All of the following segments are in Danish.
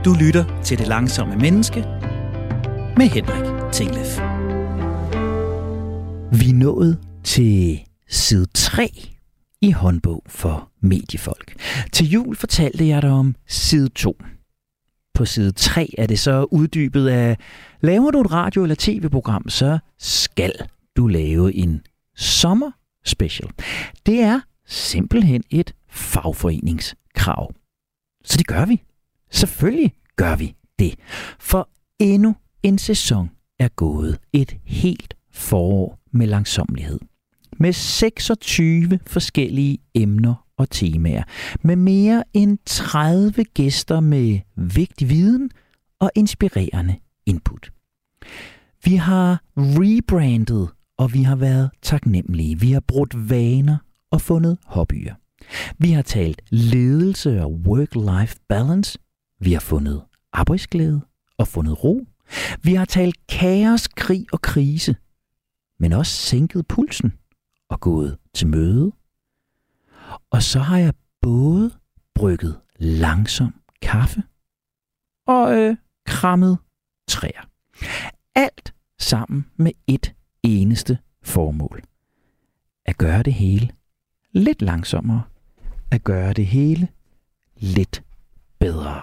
Du lytter til Det Langsomme Menneske med Henrik Tinglef. Vi er nået til side 3 i håndbog for mediefolk. Til jul fortalte jeg dig om side 2. På side 3 er det så uddybet af, laver du et radio- eller tv-program, så skal du lave en sommerspecial. Det er simpelthen et fagforeningskrav. Så det gør vi. Selvfølgelig gør vi det. For endnu en sæson er gået. Et helt forår med langsommelighed. Med 26 forskellige emner og temaer. Med mere end 30 gæster med vigtig viden og inspirerende input. Vi har rebrandet, og vi har været taknemmelige. Vi har brudt vaner og fundet hobbyer. Vi har talt ledelse og work-life balance. Vi har fundet arbejdsglæde og fundet ro. Vi har talt kaos, krig og krise, men også sænket pulsen og gået til møde. Og så har jeg både brygget langsom kaffe og krammet træer. Alt sammen med et eneste formål. At gøre det hele lidt langsommere. At gøre det hele lidt bedre.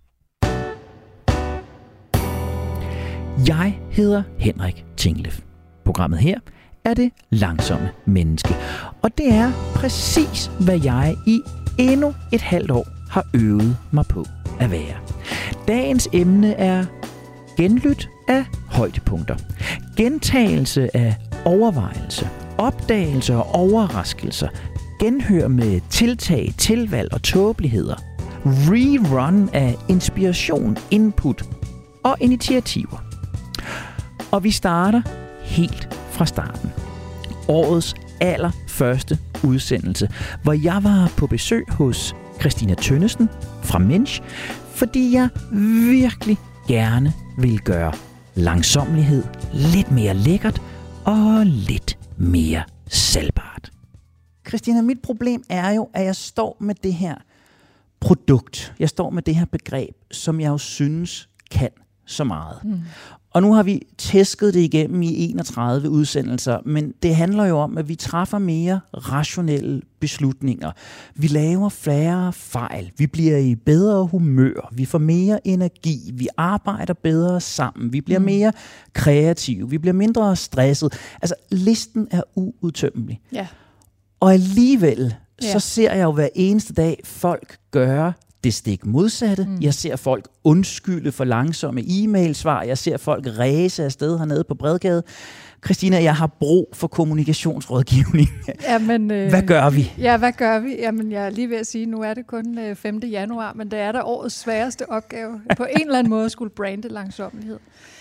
Jeg hedder Henrik Tinglef. Programmet her er Det Langsomme Menneske. Og det er præcis, hvad jeg i endnu et halvt år har øvet mig på at være. Dagens emne er genlyt af højdepunkter. Gentagelse af overvejelse. Opdagelse og overraskelser. Genhør med tiltag, tilvalg og tåbeligheder. Rerun af inspiration, input og initiativer. Og vi starter helt fra starten. Årets allerførste udsendelse, hvor jeg var på besøg hos Christina Tønnesen fra Mensch, fordi jeg virkelig gerne vil gøre langsommelighed lidt mere lækkert og lidt mere salgbart. Christina, mit problem er jo, at jeg står med det her produkt. Jeg står med det her begreb, som jeg jo synes kan så meget. Og nu har vi tæsket det igennem i 31 udsendelser, men det handler jo om, at vi træffer mere rationelle beslutninger. Vi laver færre fejl. Vi bliver i bedre humør. Vi får mere energi. Vi arbejder bedre sammen. Vi bliver mere kreative. Vi bliver mindre stresset. Altså, listen er uudtømmelig. Ja. Og alligevel, så ser jeg jo hver eneste dag folk gøre det stik modsatte. Jeg ser folk undskylde for langsomme e-mailsvar. Jeg ser folk ræse afsted hernede på Bredgade. Christina, jeg har brug for kommunikationsrådgivning. Jamen, hvad gør vi? Ja, hvad gør vi? Jamen, jeg er lige ved at sige, nu er det kun 5. januar, men det er da årets sværeste opgave. På en eller anden måde skulle brande langsommelighed.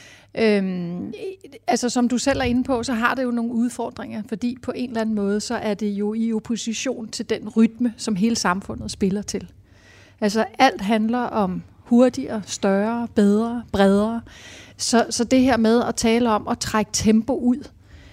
Altså som du selv er inde på, så har det jo nogle udfordringer, fordi på en eller anden måde, så er det jo i opposition til den rytme, som hele samfundet spiller til. Altså alt handler om hurtigere, større, bedre, bredere. Så det her med at tale om at trække tempo ud,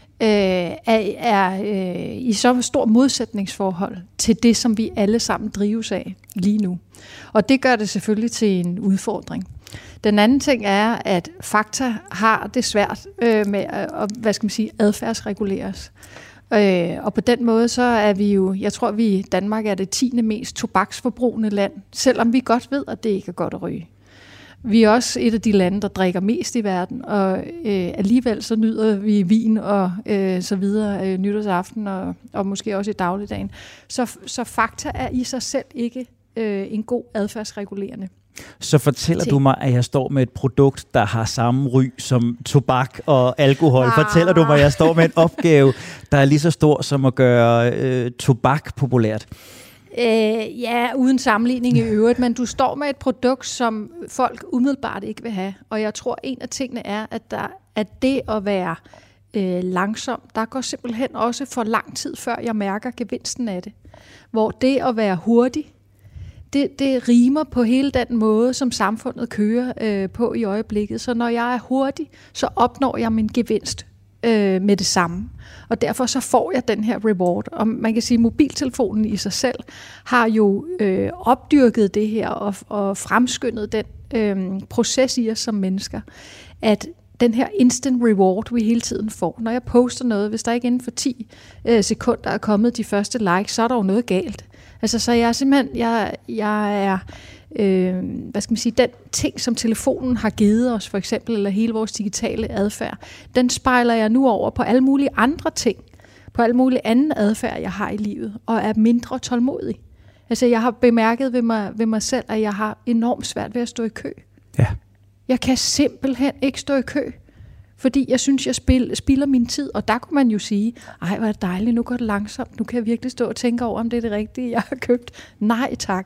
er i så stor modsætningsforhold til det, som vi alle sammen drives af lige nu. Og det gør det selvfølgelig til en udfordring. Den anden ting er, at fakta har det svært med at, adfærdsreguleres. Og på den måde, så er vi jo, jeg tror, vi i Danmark er det 10. mest tobaksforbrugende land, selvom vi godt ved, at det ikke er godt at ryge. Vi er også et af de lande, der drikker mest i verden, og alligevel så nyder vi vin og så videre nytårsaften og måske også i dagligdagen. Så fakta er i sig selv ikke en god adfærdsregulerende. Så fortæller du mig, at jeg står med et produkt, der har samme ry som tobak og alkohol. Fortæller du mig, at jeg står med en opgave, der er lige så stor som at gøre tobak populært? Ja, uden sammenligning i øvrigt, men du står med et produkt, som folk umiddelbart ikke vil have. Og jeg tror, en af tingene er, at det at være langsom, der går simpelthen også for lang tid, før jeg mærker gevinsten af det. Hvor det at være hurtig, det rimer på hele den måde, som samfundet kører på i øjeblikket. Så når jeg er hurtig, så opnår jeg min gevinst med det samme. Og derfor så får jeg den her reward. Og man kan sige, at mobiltelefonen i sig selv har jo opdyrket det her og fremskyndet den proces i os som mennesker, at den her instant reward, vi hele tiden får. Når jeg poster noget, hvis der ikke inden for 10 sekunder er kommet de første likes, så er der jo noget galt. Altså, så jeg er simpelthen, jeg er, hvad skal man sige, den ting, som telefonen har givet os, for eksempel, eller hele vores digitale adfærd, den spejler jeg nu over på alle mulige andre ting, på alle mulige anden adfærd, jeg har i livet, og er mindre tålmodig. Altså, jeg har bemærket ved mig selv, at jeg har enormt svært ved at stå i kø. Ja. Jeg kan simpelthen ikke stå i kø, fordi jeg synes, jeg spilder min tid. Og der kunne man jo sige, ej, hvor er det dejligt, nu går det langsomt. Nu kan jeg virkelig stå og tænke over, om det er det rigtige, jeg har købt. Nej, tak.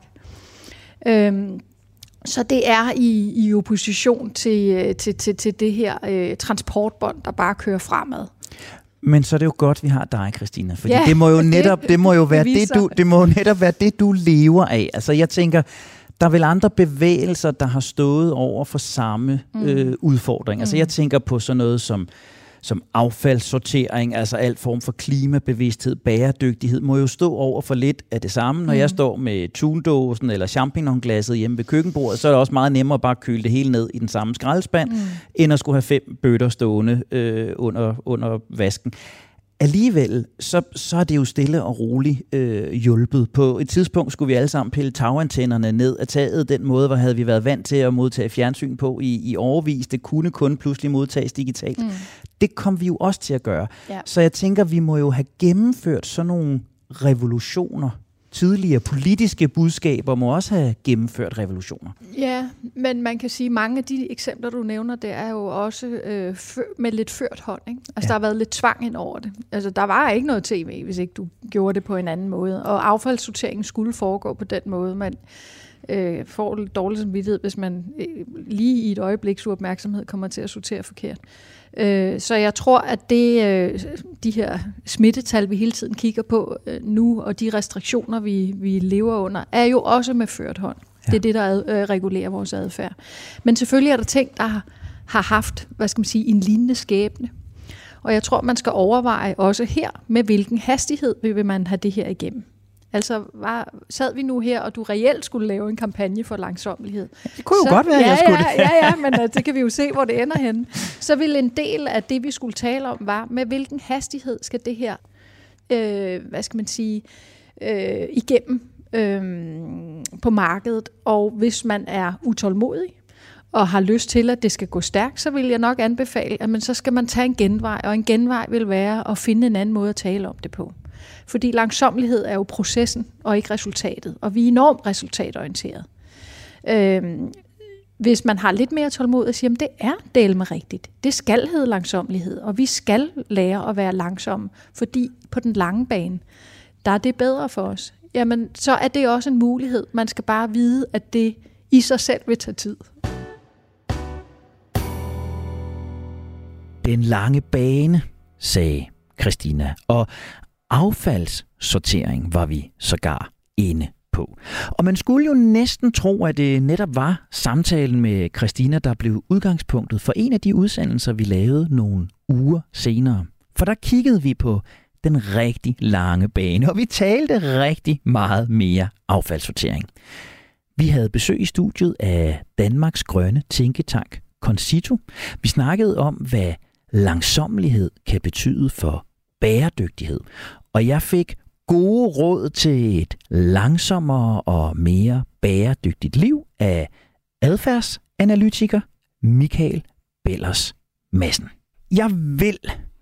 Så det er i opposition til det her transportbånd, der bare kører fremad. Men så er det jo godt, vi har dig, Christina, fordi det må jo netop være det, du lever af. Altså, jeg tænker, der er vel andre bevægelser, der har stået over for samme udfordring. Altså, jeg tænker på sådan noget som affaldssortering, altså alt form for klimabevidsthed, bæredygtighed, må jo stå over for lidt af det samme. Når jeg står med tundåsen eller champignonglasset hjemme ved køkkenbordet, så er det også meget nemmere at bare køle det hele ned i den samme skraldespand, end at skulle have 5 bøtter stående under vasken. Alligevel, så er det jo stille og roligt hjulpet. På et tidspunkt skulle vi alle sammen pille tagantennerne ned af taget. Den måde, hvor havde vi været vant til at modtage fjernsyn på i årevis. Det kunne kun pludselig modtages digitalt. Det kom vi jo også til at gøre. Ja. Så jeg tænker, vi må jo have gennemført sådan nogle revolutioner. Tidligere politiske budskaber må også have gennemført revolutioner. Ja, men man kan sige, at mange af de eksempler, du nævner, det er jo også med lidt ført hånd. Ikke? Altså, der har været lidt tvang ind over det. Altså, der var ikke noget tv, hvis ikke du gjorde det på en anden måde. Og affaldssorteringen skulle foregå på den måde. Man får lidt dårlig samvittighed, hvis man lige i et øjebliks uopmærksomhed kommer til at sortere forkert. Så jeg tror, at de her smittetal, vi hele tiden kigger på nu, og de restriktioner, vi lever under, er jo også med ført hånd. Ja. Det er det, der regulerer vores adfærd. Men selvfølgelig er der ting, der har haft, hvad skal man sige, en lignende skæbne. Og jeg tror, man skal overveje også her, med hvilken hastighed vil man have det her igennem. Altså, sad vi nu her, og du reelt skulle lave en kampagne for langsommelighed? Det kunne jo godt være, at jeg skulle det. Ja, men det kan vi jo se, hvor det ender henne. Så ville en del af det, vi skulle tale om, var, med hvilken hastighed skal det her, hvad skal man sige, igennem på markedet. Og hvis man er utålmodig, og har lyst til, at det skal gå stærkt, så vil jeg nok anbefale, at så skal man tage en genvej, og en genvej vil være at finde en anden måde at tale om det på. Fordi langsommelighed er jo processen, og ikke resultatet. Og vi er enormt resultatorienteret. Hvis man har lidt mere tålmodighed, siger det er delme rigtigt. Det skal hedde langsommelighed, og vi skal lære at være langsomme, fordi på den lange bane, der er det bedre for os. Jamen, så er det også en mulighed. Man skal bare vide, at det i sig selv vil tage tid. Den lange bane, sagde Christina, og affaldssortering var vi sågar inde på. Og man skulle jo næsten tro, at det netop var samtalen med Christina, der blev udgangspunktet for en af de udsendelser, vi lavede nogle uger senere. For der kiggede vi på den rigtig lange bane, og vi talte rigtig meget mere affaldssortering. Vi havde besøg i studiet af Danmarks grønne tænketank Concito. Vi snakkede om, hvad langsommelighed kan betyde for bæredygtighed. Og jeg fik gode råd til et langsommere og mere bæredygtigt liv af adfærdsanalytiker Michael Bellers Madsen. Jeg vil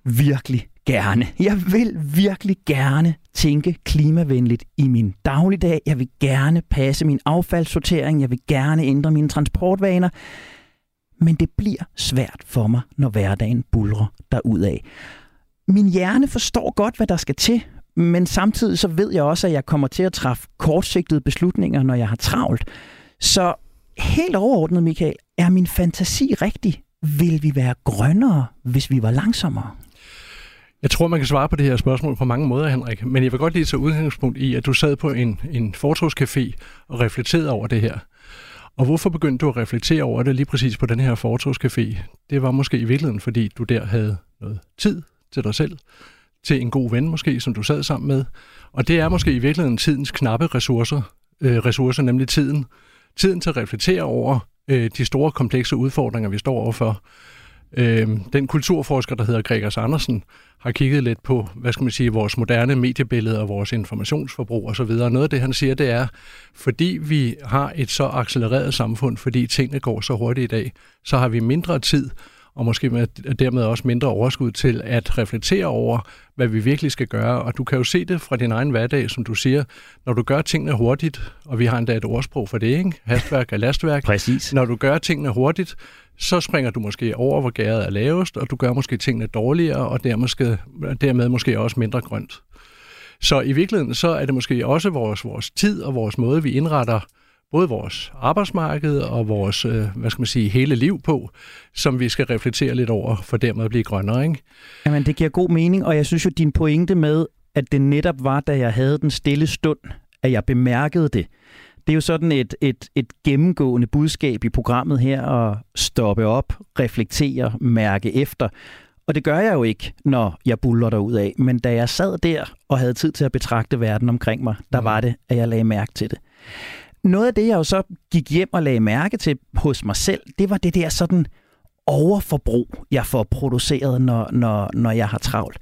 virkelig gerne tænke klimavenligt i min dagligdag. Jeg vil gerne passe min affaldssortering. Jeg vil gerne ændre mine transportvaner. Men det bliver svært for mig, når hverdagen buldrer derudad. Min hjerne forstår godt, hvad der skal til, men samtidig så ved jeg også, at jeg kommer til at træffe kortsigtede beslutninger, når jeg har travlt. Så helt overordnet, Michael, er min fantasi rigtig? Vil vi være grønnere, hvis vi var langsommere? Jeg tror, man kan svare på det her spørgsmål på mange måder, Henrik. Men jeg vil godt lige tage udgangspunkt i, at du sad på en fortovscafé og reflekterede over det her. Og hvorfor begyndte du at reflektere over det lige præcis på den her fortovscafé? Det var måske i virkeligheden, fordi du der havde noget tid til dig selv, til en god ven måske, som du sad sammen med. Og det er måske i virkeligheden tidens knappe ressourcer, nemlig tiden. Tiden til at reflektere over de store komplekse udfordringer, vi står overfor. Den kulturforsker, der hedder Gregers Andersen, har kigget lidt på, vores moderne mediebillede og vores informationsforbrug osv. Noget af det, han siger, det er, fordi vi har et så accelereret samfund, fordi tingene går så hurtigt i dag, så har vi mindre tid, og måske dermed også mindre overskud til at reflektere over, hvad vi virkelig skal gøre. Og du kan jo se det fra din egen hverdag, som du siger, når du gør tingene hurtigt, og vi har endda et ordsprog for det, ikke? Hastværk er lastværk. Præcis. Når du gør tingene hurtigt, så springer du måske over, hvor gæret er lavest, og du gør måske tingene dårligere, og dermed måske også mindre grønt. Så i virkeligheden, så er det måske også vores tid og vores måde, vi indretter både vores arbejdsmarked og vores, hele liv på, som vi skal reflektere lidt over, for dermed at blive grønnere, ikke? Jamen, det giver god mening, og jeg synes jo, din pointe med, at det netop var, da jeg havde den stille stund, at jeg bemærkede det. Det er jo sådan et gennemgående budskab i programmet her, at stoppe op, reflektere, mærke efter. Og det gør jeg jo ikke, når jeg buller derudad. Men da jeg sad der og havde tid til at betragte verden omkring mig, der var det, at jeg lagde mærke til det. Noget af det, jeg jo så gik hjem og lagde mærke til hos mig selv, det var det der sådan overforbrug, jeg får produceret, når jeg har travlt.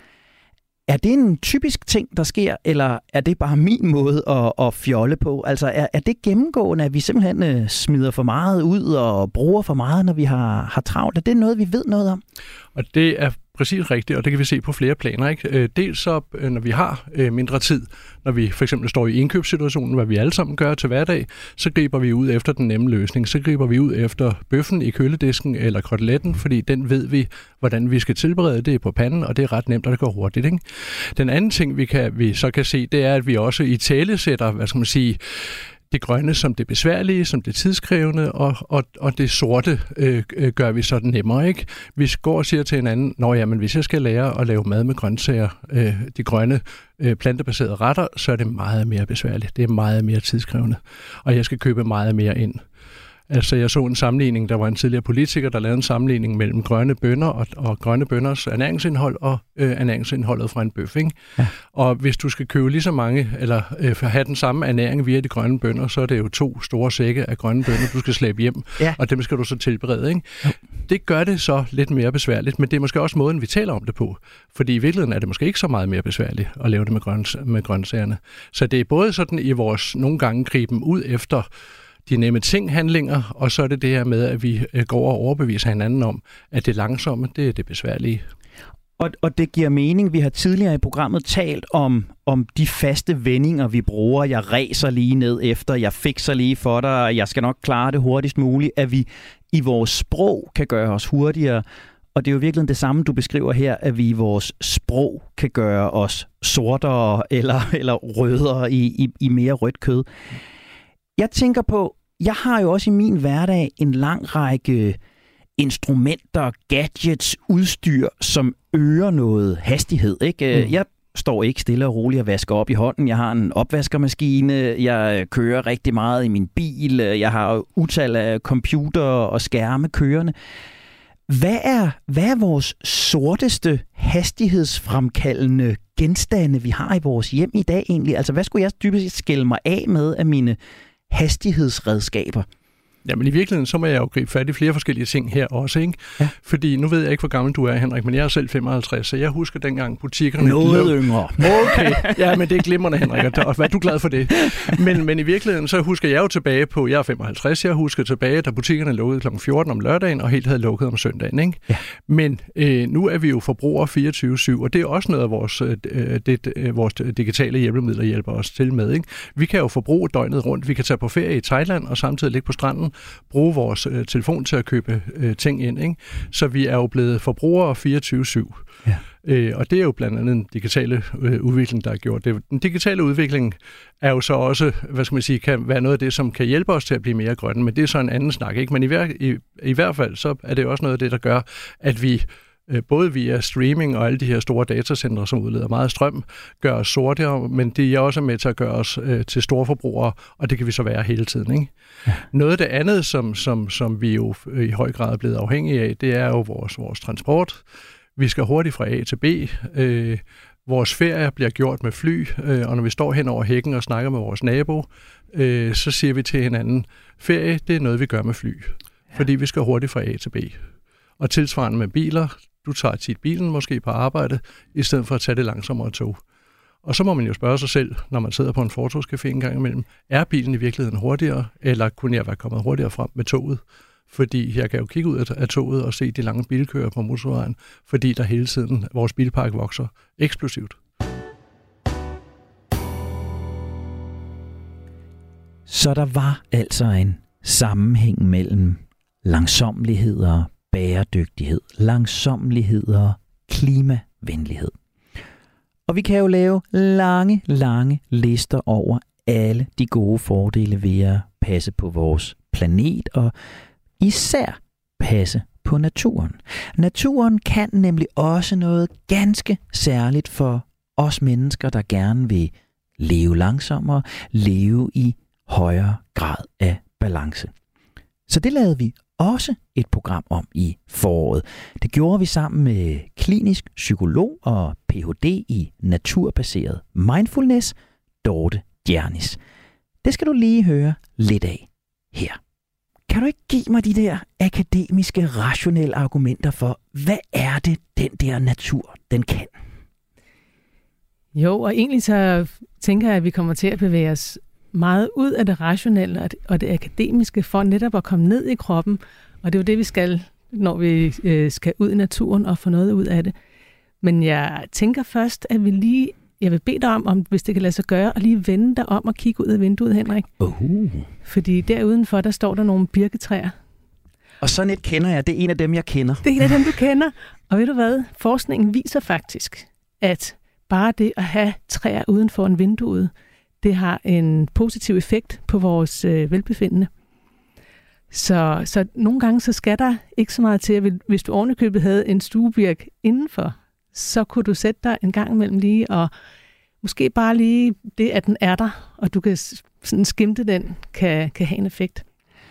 Er det en typisk ting, der sker, eller er det bare min måde at fjolle på? Altså er det gennemgående, at vi simpelthen smider for meget ud og bruger for meget, når vi har travlt? Er det noget, vi ved noget om? Og det er præcis rigtigt, og det kan vi se på flere planer, ikke? Dels så, når vi har mindre tid, når vi for eksempel står i indkøbssituationen, hvad vi alle sammen gør til hverdag, så griber vi ud efter den nemme løsning. Så griber vi ud efter bøffen i køledisken eller koteletten, fordi den ved vi, hvordan vi skal tilberede det på panden, og det er ret nemt, og det går hurtigt, ikke? Den anden ting, vi så kan se, det er, at vi også i talesætter, det grønne som det besværlige, som det tidskrævende, og det sorte gør vi så nemmere, ikke? Vi går og siger til hinanden, men hvis jeg skal lære at lave mad med grøntsager, de grønne plantebaserede retter, så er det meget mere besværligt. Det er meget mere tidskrævende, og jeg skal købe meget mere ind. Altså, jeg så en sammenligning, der var en tidligere politiker, der lavede en sammenligning mellem grønne bønner og grønne bønners ernæringsindhold og ernæringsindholdet fra en bøf, ikke? Ja. Og hvis du skal købe lige så mange, eller have den samme ernæring via de grønne bønner, så er det jo 2 store sække af grønne bønner, du skal slæbe hjem, og dem skal du så tilberede, ikke? Ja. Det gør det så lidt mere besværligt, men det er måske også måden, vi taler om det på. Fordi i virkeligheden er det måske ikke så meget mere besværligt at lave det med grøntsagerne. Så det er både sådan i vores nogle gange griben ud efter de nemme handlinger, og så er det det her med, at vi går og overbeviser hinanden om, at det langsomme, det er det besværlige. Og det giver mening. Vi har tidligere i programmet talt om de faste vendinger, vi bruger. Jeg ræser lige ned efter, jeg fikser lige for dig, og jeg skal nok klare det hurtigst muligt, at vi i vores sprog kan gøre os hurtigere. Og det er jo virkelig det samme, du beskriver her, at vi i vores sprog kan gøre os sortere eller rødere i mere rødt kød. Jeg tænker på, jeg har jo også i min hverdag en lang række instrumenter, gadgets, udstyr, som øger noget hastighed, ikke? Jeg står ikke stille og roligt og vasker op i hånden. Jeg har en opvaskermaskine, jeg kører rigtig meget i min bil, jeg har utal af computer og skærme kørende. Hvad er vores sorteste hastighedsfremkaldende genstande, vi har i vores hjem i dag egentlig? Altså, hvad skulle jeg dybest skille mig af med af mine hastighedsredskaber? Jamen i virkeligheden, så må jeg jo gribe fat i flere forskellige ting her også, ikke? Ja. Fordi nu ved jeg ikke, hvor gammel du er, Henrik, men jeg er selv 55, så jeg husker dengang butikkerne... Noget yngre. Okay, ja, men det er glimrende, Henrik, og hvad er du glad for det? Men i virkeligheden, så husker jeg jo tilbage på... Jeg er 55, jeg husker tilbage, da butikkerne lukkede kl. 14 om lørdagen, og helt havde lukket om søndagen, ikke? Ja. Men nu er vi jo forbrugere 24/7, og det er også noget af vores digitale hjælpemidler hjælper os til med, ikke? Vi kan jo forbruge døgnet rundt. Vi kan tage på ferie i Thailand og samtidig ligge på stranden, bruge vores telefon til at købe ting ind, ikke? Så vi er jo blevet forbrugere 24/7. Ja. Og det er jo blandt andet den digitale udvikling, der er gjort det. Den digitale udvikling er jo så også, kan være noget af det, som kan hjælpe os til at blive mere grønne, men det er så en anden snak, ikke? Men i hvert fald, så er det også noget af det, der gør, at vi både via streaming og alle de her store datacentre, som udleder meget strøm, gør os sortere, men de er også med til at gøre os til store forbrugere, og det kan vi så være hele tiden, ikke? Ja. Noget af det andet, som vi jo i høj grad er blevet afhængige af, det er jo vores transport. Vi skal hurtigt fra A til B. Vores ferie bliver gjort med fly, og når vi står hen over hækken og snakker med vores nabo, så siger vi til hinanden, ferie, det er noget, vi gør med fly. fordi vi skal hurtigt fra A til B. Og tilsvarende med biler, du tager tit bilen måske på arbejde, i stedet for at tage det langsommere tog. Og så må man jo spørge sig selv, når man sidder på en fortogscafé en gang imellem, er bilen i virkeligheden hurtigere, eller kunne jeg være kommet hurtigere frem med toget? Fordi jeg kan jo kigge ud af toget og se de lange bilkører på motorvejen, fordi der hele tiden, vores bilpark vokser eksplosivt. Så der var altså en sammenhæng mellem langsommelighed og bæredygtighed, langsommelighed og klimavenlighed. Og vi kan jo lave lange lister over alle de gode fordele ved at passe på vores planet og især passe på naturen. Naturen kan nemlig også noget ganske særligt for os mennesker, der gerne vil leve langsommere, leve i højere grad af balance. Så det lavede vi også et program om i foråret. Det gjorde vi sammen med klinisk psykolog og Ph.D. i naturbaseret mindfulness, Dorte Djernis. Det skal du lige høre lidt af her. Kan du ikke give mig de der akademiske, rationelle argumenter for, hvad er det, den der natur, den kan? Jo, og egentlig så tænker jeg, at vi kommer til at bevæge os meget ud af det rationelle og det akademiske for netop at komme ned i kroppen. Og det er jo det, vi skal, når vi skal ud i naturen og få noget ud af det. Men jeg tænker først, at jeg vil bede dig om, hvis det kan lade sig gøre, at lige vende dig om og kigge ud af vinduet, Henrik. Fordi derudenfor, der står der nogle birketræer. Og sådan et kender jeg. Det er en af dem, jeg kender. Det er en af dem, du kender. Og ved du hvad? Forskningen viser faktisk, at bare det at have træer uden for en vindue, det har en positiv effekt på vores velbefindende. Så nogle gange så skal der ikke så meget til, at hvis du ovenikøbet havde en stuebirk indenfor, så kunne du sætte dig en gang imellem lige, og måske bare lige det, at den er der, og du kan sådan skimte den, kan have en effekt.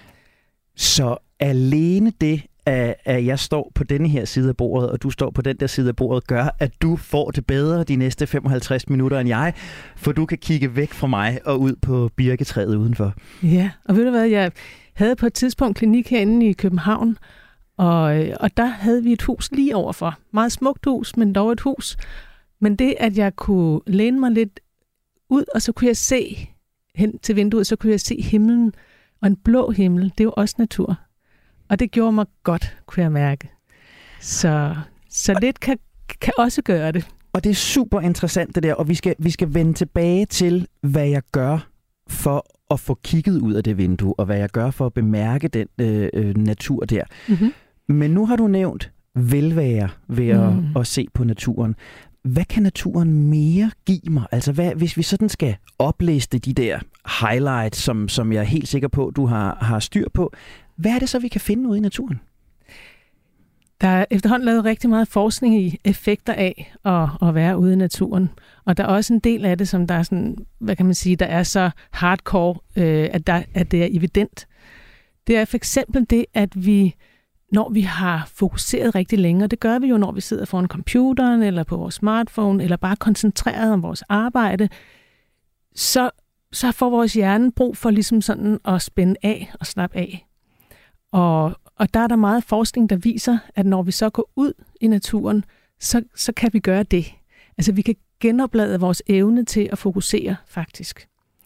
Så alene det, at jeg står på denne her side af bordet, og du står på den der side af bordet, gør, at du får det bedre de næste 55 minutter end jeg, for du kan kigge væk fra mig og ud på birketræet udenfor. Ja, og ved du hvad, jeg havde på et tidspunkt klinik herinde i København, og der havde vi et hus lige overfor. Meget smukt hus, men dog et hus. Men det, at jeg kunne læne mig lidt ud, og så kunne jeg se hen til vinduet, så kunne jeg se himlen, og en blå himmel, det er jo også natur. Og det gjorde mig godt, kunne jeg mærke. Så lidt kan også gøre det. Og det er super interessant det der, og vi skal vende tilbage til, hvad jeg gør for at få kigget ud af det vindue, og hvad jeg gør for at bemærke den natur der. Mm-hmm. Men nu har du nævnt velvære ved at se på naturen. Hvad kan naturen mere give mig? Altså hvis vi sådan skal opliste de der highlights, som jeg er helt sikker på, du har styr på, hvad er det så, vi kan finde ude i naturen? Der er efterhånden lavet rigtig meget forskning i effekter af at være ude i naturen. Og der er også en del af det, som der er sådan, hvad kan man sige, der er så hardcore, at det er evident. Det er for eksempel det, at vi, når vi har fokuseret rigtig længe, og det gør vi jo, når vi sidder foran computeren, eller på vores smartphone, eller bare koncentreret om vores arbejde, så får vores hjerne brug for ligesom sådan at spænde af og slappe af. Og der er der meget forskning, der viser, at når vi så går ud i naturen, så kan vi gøre det. Altså vi kan genoplade vores evne til at fokusere, faktisk.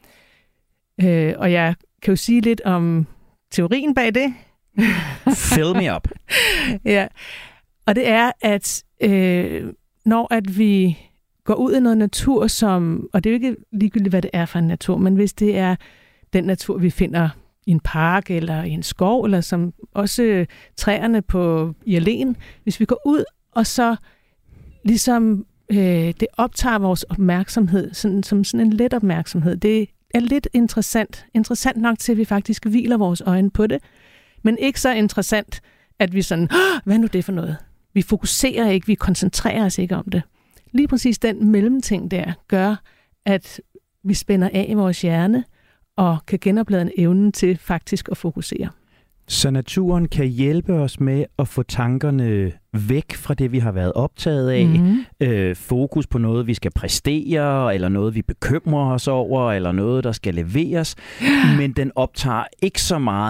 Og jeg kan jo sige lidt om teorien bag det. Fill me up. Ja, og det er, at når at vi går ud i noget natur, og det er jo ikke ligegyldigt, hvad det er for en natur, men hvis det er den natur, vi finder i en park eller i en skov, eller som også træerne i alléen, hvis vi går ud, og så ligesom det optager vores opmærksomhed, som sådan en let opmærksomhed. Det er lidt interessant nok til, at vi faktisk hviler vores øjne på det, men ikke så interessant, at vi sådan, hvad er nu det for noget? Vi fokuserer ikke, vi koncentrerer os ikke om det. Lige præcis den mellemting der gør, at vi spænder af i vores hjerne, og kan genoplade evnen til faktisk at fokusere. Så naturen kan hjælpe os med at få tankerne væk fra det, vi har været optaget af. Fokus på noget, vi skal præstere, eller noget, vi bekymrer os over, eller noget, der skal leveres. Men den optager ikke så meget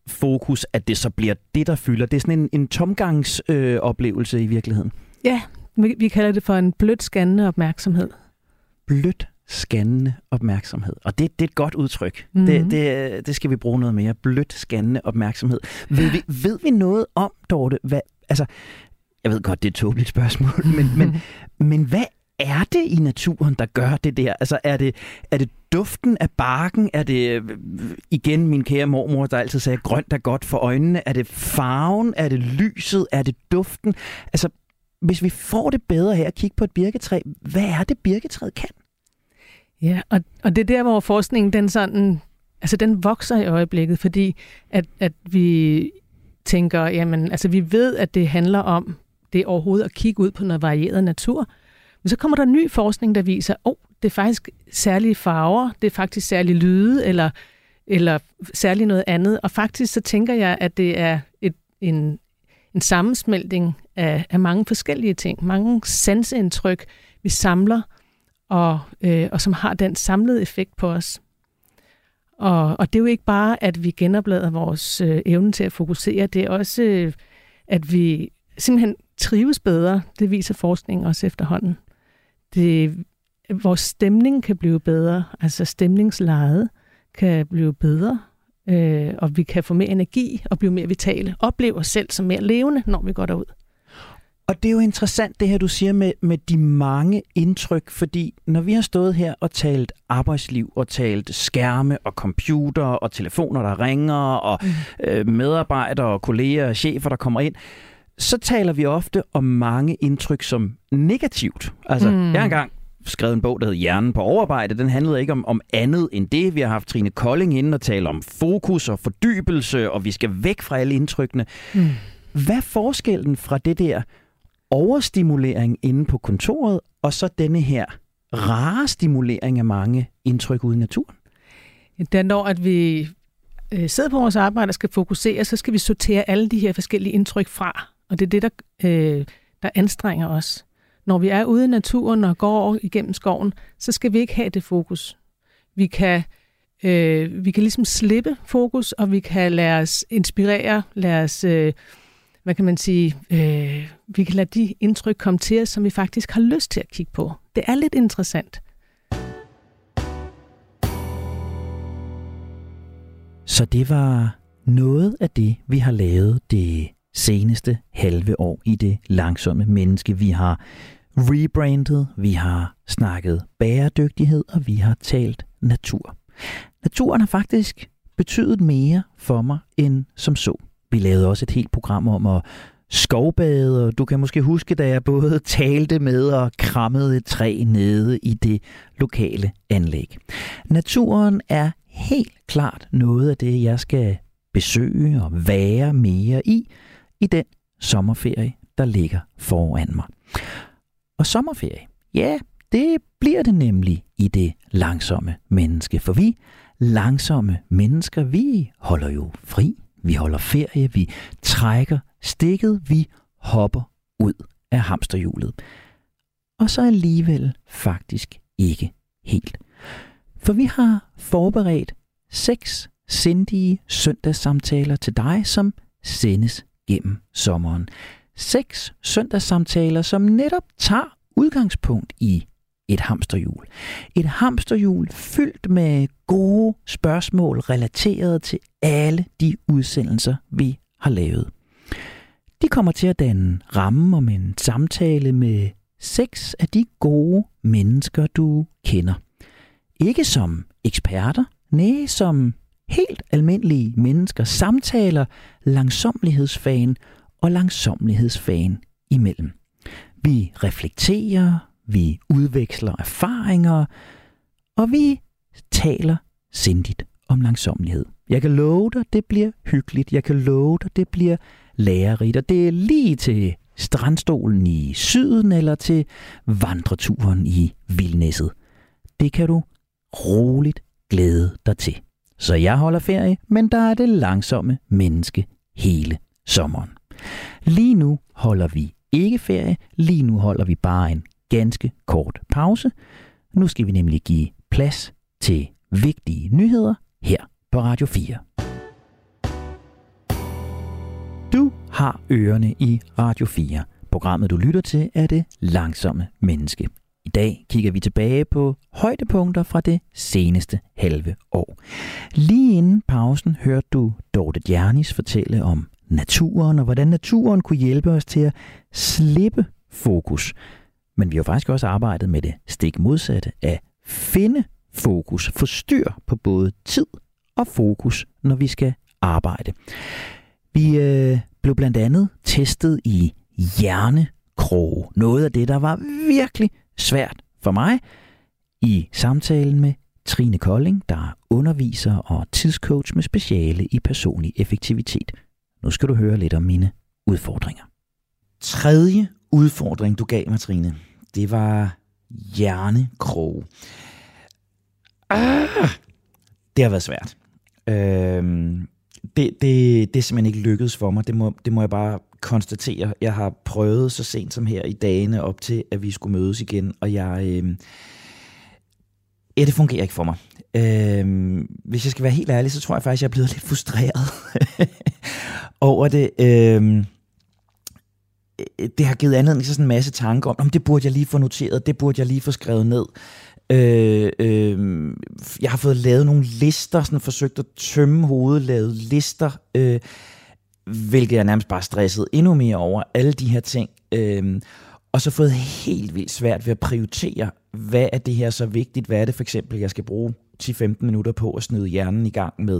fokus, at det så bliver det, der fylder. Det er sådan en tomgangsoplevelse i virkeligheden. Ja, vi kalder det for en blødt skannende opmærksomhed. Blødt skannende opmærksomhed. Og det er et godt udtryk. Mm-hmm. Det skal vi bruge noget mere. Blødt skannende opmærksomhed. Ved vi noget om, Dorte? Jeg ved godt, det er et tåbeligt spørgsmål, men hvad er det i naturen, der gør det der? Altså, er det duften af barken? Er det, igen, min kære mormor, der altid sagde, grønt er godt for øjnene? Er det farven? Er det lyset? Er det duften? Altså, hvis vi får det bedre her at kigge på et birketræ, hvad er det, birketræet kan? Ja, og det er der, hvor forskningen, den vokser i øjeblikket, fordi at vi tænker, jamen, altså vi ved, at det handler om det overhovedet at kigge ud på noget varieret natur. Men så kommer der ny forskning, der viser, det er faktisk særlige farver, det er faktisk særlige lyde, eller særligt noget andet. Og faktisk så tænker jeg, at det er en sammensmeltning af mange forskellige ting, mange sanseindtryk, vi samler, og som har den samlede effekt på os. Og det er jo ikke bare, at vi genoplader vores evne til at fokusere, det er også, at vi simpelthen trives bedre. Det viser forskning også efterhånden. Vores stemning kan blive bedre, altså stemningslejet kan blive bedre, og vi kan få mere energi og blive mere vitale. Opleve os selv som mere levende, når vi går derud. Og det er jo interessant, det her, du siger med de mange indtryk, fordi når vi har stået her og talt arbejdsliv, og talt skærme og computer og telefoner, der ringer, og medarbejdere og kolleger og chefer, der kommer ind, så taler vi ofte om mange indtryk som negativt. Altså, jeg har engang skrevet en bog, der hed Hjernen på overarbejde. Den handlede ikke om andet end det. Vi har haft Trine Kolding inde og tale om fokus og fordybelse, og vi skal væk fra alle indtrykkene. Hvad er forskellen fra det der overstimulering inde på kontoret, og så denne her rare stimulering af mange indtryk ude i naturen? Den når, at vi sidder på vores arbejde og skal fokusere, så skal vi sortere alle de her forskellige indtryk fra. Og det er det, der anstrenger os. Når vi er ude i naturen og går igennem skoven, så skal vi ikke have det fokus. Vi kan ligesom slippe fokus, og vi kan lade os inspirere, vi kan lade de indtryk komme til os, som vi faktisk har lyst til at kigge på. Det er lidt interessant. Så det var noget af det, vi har lavet det seneste halve år i Det Langsomme Menneske. Vi har rebrandet, vi har snakket bæredygtighed, og vi har talt natur. Naturen har faktisk betydet mere for mig end som så. Vi lavede også et helt program om at skovbade, og du kan måske huske, da jeg både talte med og krammede et træ nede i det lokale anlæg. Naturen er helt klart noget af det, jeg skal besøge og være mere i den sommerferie, der ligger foran mig. Og sommerferie, ja, det bliver det nemlig i Det Langsomme Menneske, for vi langsomme mennesker, vi holder jo fri, vi holder ferie, vi trækker stikket, vi hopper ud af hamsterhjulet. Og så alligevel faktisk ikke helt. For vi har forberedt 6 sindige søndagssamtaler til dig, som sendes gennem sommeren. 6 søndagssamtaler, som netop tager udgangspunkt i et hamsterhjul. Et hamsterhjul fyldt med gode spørgsmål relateret til alle de udsendelser, vi har lavet. De kommer til at danne rammen om en samtale med 6 af de gode mennesker, du kender. Ikke som eksperter, nej, som helt almindelige mennesker samtaler langsomlighedsfagen og langsomlighedsfagen imellem. Vi reflekterer, vi udveksler erfaringer, og vi taler sindigt om langsomlighed. Jeg kan love dig, det bliver hyggeligt. Jeg kan love dig, det bliver lærerigt. Og det er lige til strandstolen i syden eller til vandreturen i Vildnæsset. Det kan du roligt glæde dig til. Så jeg holder ferie, men der er Det Langsomme Menneske hele sommeren. Lige nu holder vi ikke ferie. Lige nu holder vi bare en ganske kort pause. Nu skal vi nemlig give plads til vigtige nyheder her på Radio 4. Du har ørerne i Radio 4. Programmet, du lytter til, er Det Langsomme Menneske. I dag kigger vi tilbage på højdepunkter fra det seneste halve år. Lige inden pausen hørte du Dorte Djernis fortælle om naturen, og hvordan naturen kunne hjælpe os til at slippe fokus. Men vi har faktisk også arbejdet med det stik modsatte af finde fokus, få styr på både tid og fokus, når vi skal arbejde. Vi blev blandt andet testet i hjernekroge. Noget af det, der var virkelig svært for mig i samtalen med Trine Kolding, der er underviser og tidscoach med speciale i personlig effektivitet. Nu skal du høre lidt om mine udfordringer. Tredje udfordring, du gav mig, Trine, det var hjernekroge. Det har været svært. Det er simpelthen ikke lykkedes for mig. Det må jeg bare konstatere. Jeg har prøvet så sent som her i dagene op til, at vi skulle mødes igen, og det fungerer ikke for mig. Hvis jeg skal være helt ærlig, så tror jeg faktisk, jeg er blevet lidt frustreret over det. Det har givet anledning til sådan en masse tanker om det burde jeg lige få noteret, det burde jeg lige få skrevet ned. Jeg har fået lavet nogle lister, sådan forsøgt at tømme hovedet, lavet lister, hvilket jeg nærmest bare stresset endnu mere over, alle de her ting. Og så fået helt vildt svært ved at prioritere, hvad er det her så vigtigt, hvad er det for eksempel, jeg skal bruge 10-15 minutter på at snyde hjernen i gang med.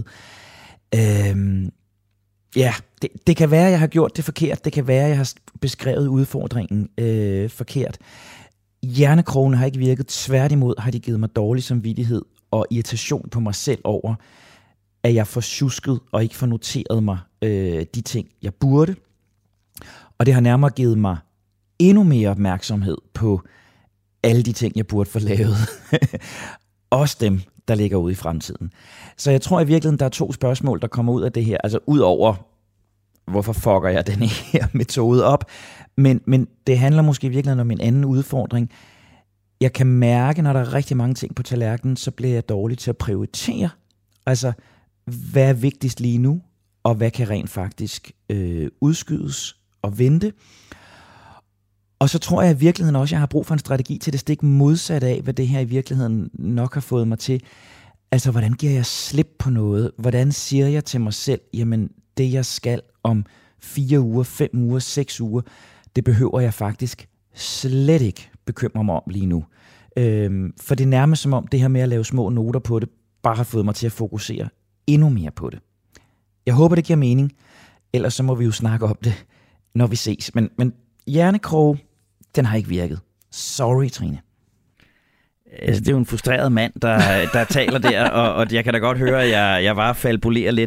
Det kan være, jeg har gjort det forkert, det kan være, jeg har beskrevet udfordringen forkert. Hjernekrogene har ikke virket, tværtimod har de givet mig dårlig samvittighed og irritation på mig selv over, at jeg får sjusket og ikke får noteret mig de ting, jeg burde. Og det har nærmere givet mig endnu mere opmærksomhed på alle de ting, jeg burde få lavet. Også dem, der ligger ude i fremtiden. Så jeg tror i virkeligheden, der er 2 spørgsmål, der kommer ud af det her. Altså ud over, hvorfor fucker jeg den her metode op? Men det handler måske i virkeligheden om en anden udfordring. Jeg kan mærke, når der er rigtig mange ting på tallerkenen, så bliver jeg dårlig til at prioritere. Altså, hvad er vigtigst lige nu, og hvad kan rent faktisk udskydes og vente? Og så tror jeg i virkeligheden også, at jeg har brug for en strategi til det stik modsat af, hvad det her i virkeligheden nok har fået mig til. Altså, hvordan giver jeg slip på noget? Hvordan siger jeg til mig selv, jamen, det jeg skal om 4 uger, 5 uger, 6 uger, det behøver jeg faktisk slet ikke bekymre mig om lige nu. For det er nærmest som om det her med at lave små noter på det, bare har fået mig til at fokusere endnu mere på det. Jeg håber, det giver mening. Ellers så må vi jo snakke om det, når vi ses. Men hjernekroge, den har ikke virket. Sorry, Trine. Altså, det er jo en frustreret mand, der taler der, og jeg kan da godt høre, at jeg bare falbulerer lidt.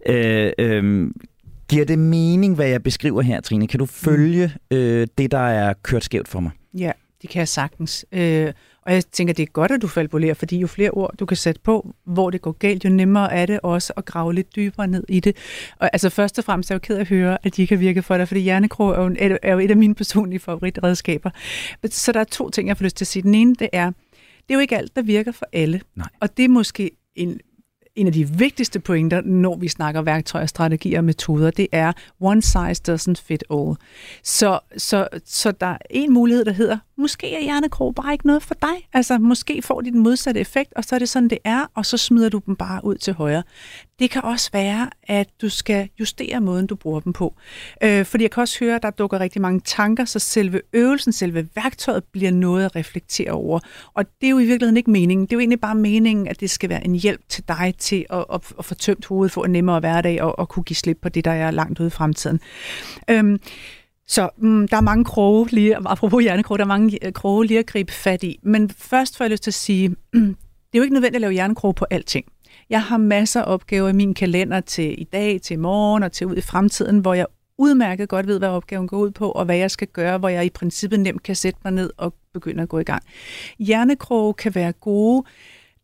Giver det mening, hvad jeg beskriver her, Trine? Kan du følge det, der er kørt skævt for mig? Ja, det kan jeg sagtens. Og jeg tænker, det er godt, at du falbulerer, fordi jo flere ord, du kan sætte på, hvor det går galt, jo nemmere er det også at grave lidt dybere ned i det. Og altså først og fremmest er jeg jo ked af at høre, at de ikke har virket for dig, fordi hjernekroge er jo et af mine personlige favoritredskaber. Så der er 2 ting, jeg får lyst til at sige. Den ene, det er jo ikke alt, der virker for alle. Nej. Og det er måske en af de vigtigste pointer, når vi snakker værktøjer, strategier og metoder, det er one size doesn't fit all. Så der er en mulighed, der hedder, måske er hjernekrog bare ikke noget for dig. Altså, måske får de den modsatte effekt, og så er det sådan, det er, og så smider du dem bare ud til højre. Det kan også være, at du skal justere måden, du bruger dem på. Fordi jeg kan også høre, at der dukker rigtig mange tanker, så selve øvelsen, selve værktøjet bliver noget at reflektere over. Og det er jo i virkeligheden ikke meningen. Det er jo egentlig bare meningen, at det skal være en hjælp til dig til at få tømt hovedet, få en nemmere hverdag og kunne give slip på det, der er langt ude i fremtiden. Så der er mange kroge lige, apropos hjernekroge, der er mange kroge lige at gribe fat i. Men først får jeg lyst til at sige, det er jo ikke nødvendigt at lave hjernekroge på alting. Jeg har masser af opgaver i min kalender til i dag, til i morgen og til ud i fremtiden, hvor jeg udmærket godt ved, hvad opgaven går ud på, og hvad jeg skal gøre, hvor jeg i princippet nemt kan sætte mig ned og begynde at gå i gang. Hjernekroge kan være gode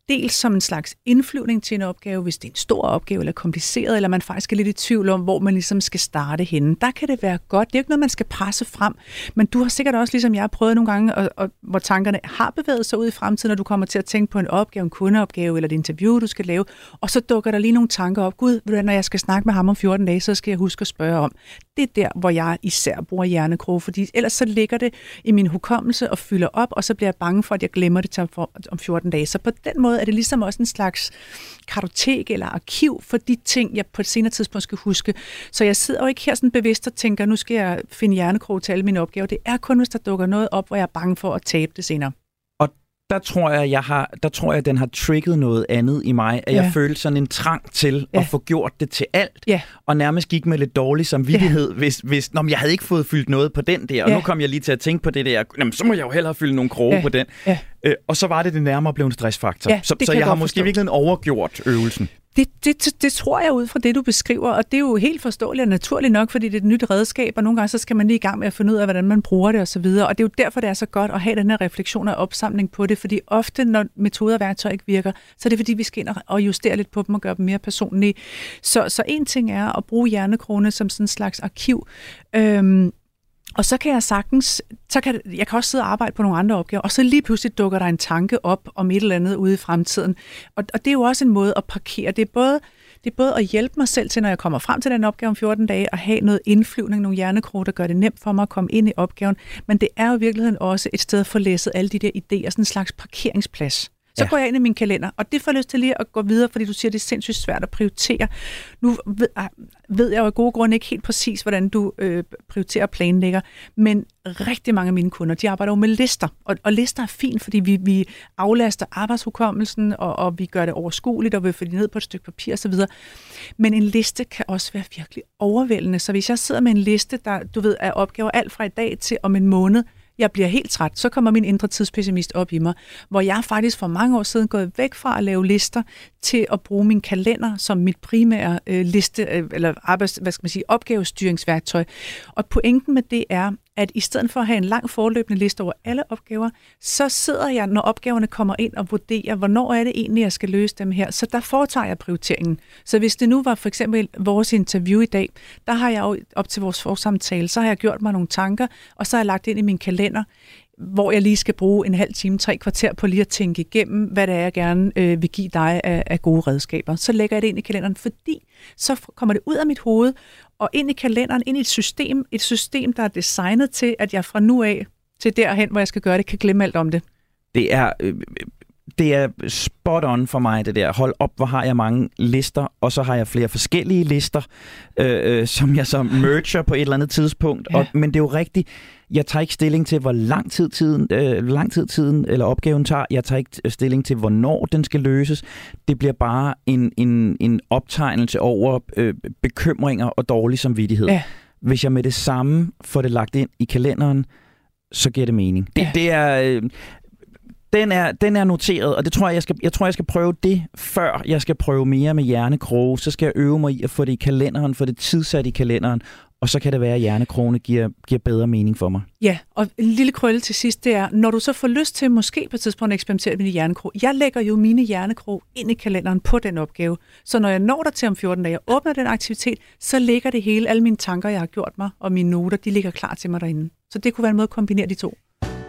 dels som en slags indflyvning til en opgave, hvis det er en stor opgave eller kompliceret, eller man faktisk er lidt i tvivl om, hvor man ligesom skal starte henne. Der kan det være godt. Det er ikke noget, man skal presse frem, men du har sikkert også, ligesom jeg har prøvet nogle gange, og hvor tankerne har bevæget sig ud i fremtiden, når du kommer til at tænke på en opgave, en kundeopgave eller et interview, du skal lave, og så dukker der lige nogle tanker op. Gud, når jeg skal snakke med ham om 14 dage, så skal jeg huske at spørge om. Det er der, hvor jeg især bruger hjernekroge, fordi ellers så ligger det i min hukommelse og fylder op, og så bliver jeg bange for, at jeg glemmer det til om 14 dage. Så på den måde er det ligesom også en slags kartotek eller arkiv for de ting, jeg på et senere tidspunkt skal huske. Så jeg sidder jo ikke her sådan bevidst og tænker, nu skal jeg finde hjernekroge til alle mine opgaver. Det er kun, hvis der dukker noget op, hvor jeg er bange for at tabe det senere. Der tror jeg, den har trigget noget andet i mig, at jeg følte sådan en trang til at få gjort det til alt, og nærmest gik med lidt dårlig samvittighed, hvis jeg havde ikke fået fyldt noget på den der, og nu kom jeg lige til at tænke på det der, så må jeg jo hellere fylde nogle kroge på den. Og så var det nærmere blevet en stressfaktor. Så jeg har måske virkelig overgjort øvelsen. Det tror jeg ud fra det, du beskriver, og det er jo helt forståeligt og naturligt nok, fordi det er et nyt redskab, og nogle gange så skal man lige i gang med at finde ud af, hvordan man bruger det osv., og det er jo derfor, det er så godt at have den her refleksion og opsamling på det, fordi ofte, når metoder og værktøj ikke virker, så er det fordi, vi skal ind og justere lidt på dem og gøre dem mere personlige. Så en ting er at bruge hjernekrogene som sådan en slags arkiv, og så kan jeg sagtens, jeg kan også sidde og arbejde på nogle andre opgaver, og så lige pludselig dukker der en tanke op om et eller andet ude i fremtiden. Og det er jo også en måde at parkere. Det er både at hjælpe mig selv til, når jeg kommer frem til den opgave om 14 dage, at have noget indflyvning, nogle hjernekroge, der gør det nemt for mig at komme ind i opgaven. Men det er jo i virkeligheden også et sted at få læsset alle de der idéer, sådan en slags parkeringsplads. Så går jeg ind i min kalender, og det får lyst til lige at gå videre, fordi du siger, at det er sindssygt svært at prioritere. Nu ved jeg jo af gode grunde ikke helt præcis, hvordan du prioriterer og planlægger, men rigtig mange af mine kunder, de arbejder jo med lister, og lister er fint, fordi vi aflaster arbejdshukommelsen, og vi gør det overskueligt, og vi får det ned på et stykke papir osv. Men en liste kan også være virkelig overvældende, så hvis jeg sidder med en liste, der du ved er opgaver alt fra i dag til om en måned, jeg bliver helt træt, så kommer min indre tidspessimist op i mig, hvor jeg faktisk for mange år siden gået væk fra at lave lister til at bruge min kalender som mit primære liste eller opgavestyringsværktøj. Og pointen med det er, at i stedet for at have en lang forløbende liste over alle opgaver, så sidder jeg, når opgaverne kommer ind og vurderer, hvornår er det egentlig, jeg skal løse dem her. Så der foretager jeg prioriteringen. Så hvis det nu var for eksempel vores interview i dag, der har jeg jo op til vores forsamtale, så har jeg gjort mig nogle tanker, og så har jeg lagt ind i min kalender, hvor jeg lige skal bruge en halv time, 3 kvarter på lige at tænke igennem, hvad det er, jeg gerne vil give dig af gode redskaber. Så lægger jeg det ind i kalenderen, fordi så kommer det ud af mit hoved, og ind i kalenderen, ind i et system, der er designet til, at jeg fra nu af til derhen, hvor jeg skal gøre det, kan glemme alt om det. Det er spot on for mig, det der. Hold op, hvor har jeg mange lister, og så har jeg flere forskellige lister, som jeg så merger på et eller andet tidspunkt. Ja. Men det er jo rigtigt, jeg tager ikke stilling til, hvor lang tid tiden eller opgaven tager. Jeg tager ikke stilling til, hvornår den skal løses. Det bliver bare en optegnelse over bekymringer og dårlig samvittighed. Ja. Hvis jeg med det samme får det lagt ind i kalenderen, så giver det mening. Det er... Den er noteret, og det tror jeg skal prøve det, før jeg skal prøve mere med hjernekroge. Så skal jeg øve mig i at få det i kalenderen, få det tidsat i kalenderen, og så kan det være, at hjernekrogene giver bedre mening for mig. Ja, og en lille krølle til sidst, det er, når du så får lyst til måske på et tidspunkt at eksperimentere med dine hjernekrog. Jeg lægger jo mine hjernekrog ind i kalenderen på den opgave, så når jeg når der til om 14 dage og åbner den aktivitet, så ligger det hele, alle mine tanker, jeg har gjort mig, og mine noter, de ligger klar til mig derinde. Så det kunne være en måde at kombinere de to.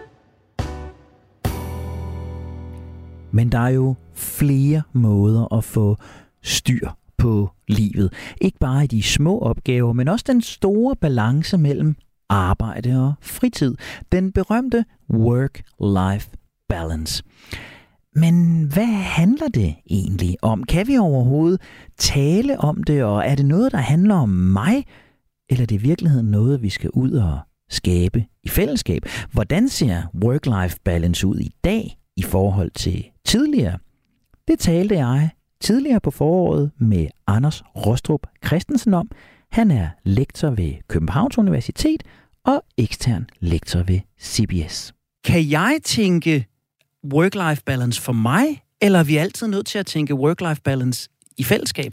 Men der er jo flere måder at få styr på livet. Ikke bare i de små opgaver, men også den store balance mellem arbejde og fritid. Den berømte work-life balance. Men hvad handler det egentlig om? Kan vi overhovedet tale om det, og er det noget, der handler om mig? Eller er det i virkeligheden noget, vi skal ud og skabe i fællesskab? Hvordan ser work-life balance ud i dag i forhold til tidligere? Det talte jeg tidligere på foråret med Anders Rostrup Christensen om. Han er lektor ved Københavns Universitet og ekstern lektor ved CBS. Kan jeg tænke work-life balance for mig, eller er vi altid nødt til at tænke work-life balance i fællesskaber?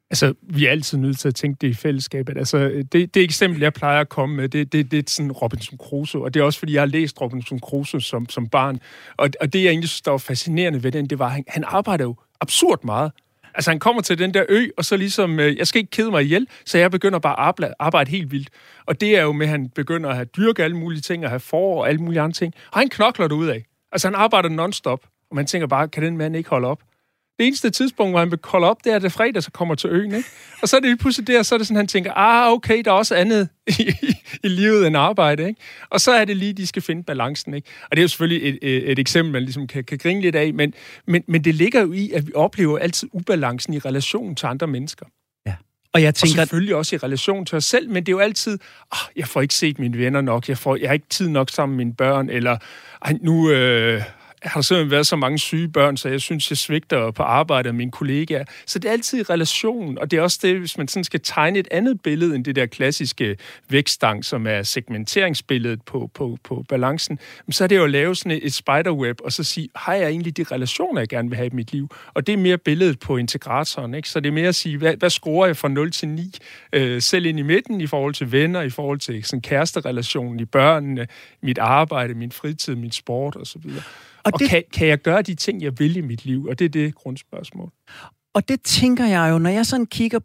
Altså, vi er altid nødt til at tænke det i fællesskabet. Altså, det eksempel, jeg plejer at komme med, det er sådan Robinson Crusoe, og det er også, fordi jeg har læst Robinson Crusoe som barn. Og det, jeg egentlig synes, der var fascinerende ved den, det var, at han arbejder jo absurd meget. Altså, han kommer til den der ø, og så ligesom, jeg skal ikke kede mig ihjel, så jeg begynder bare at arbejde helt vildt. Og det er jo med, at han begynder at have dyrke alle mulige ting, og have får og alle mulige andre ting. Og han knokler derudad. Altså, han arbejder non-stop, og man tænker bare, kan den mand ikke holde op? Det eneste tidspunkt, hvor han vil holde op, det er det fredag, så kommer til øen, ikke? Og så er det pludselig der, så er det sådan, han tænker, okay, der er også andet i livet end arbejde, ikke? Og så er det lige, de skal finde balancen, ikke? Og det er jo selvfølgelig et eksempel, man ligesom kan grine lidt af, men det ligger jo i, at vi oplever altid ubalancen i relation til andre mennesker. Ja. Og jeg tænker, og selvfølgelig også i relation til os selv, men det er jo altid, jeg får ikke set mine venner nok, jeg har ikke tid nok sammen med mine børn, eller nu har der simpelthen været så mange syge børn, så jeg synes, jeg svigter på arbejde af mine kollegaer. Så det er altid i relation, og det er også det, hvis man sådan skal tegne et andet billede end det der klassiske vækststang, som er segmenteringsbilledet på balancen, så er det jo at lave sådan et spiderweb, og så sige, har jeg egentlig de relationer, jeg gerne vil have i mit liv? Og det er mere billedet på integratoren, ikke? Så det er mere at sige, hvad scorer jeg fra 0 til 9? Selv ind i midten, i forhold til venner, i forhold til sådan kæresterelationen, i børnene, mit arbejde, min fritid, min sport osv. Og kan jeg gøre de ting, jeg vil i mit liv? Og det er det grundspørgsmål. Og det tænker jeg jo, når jeg sådan kigger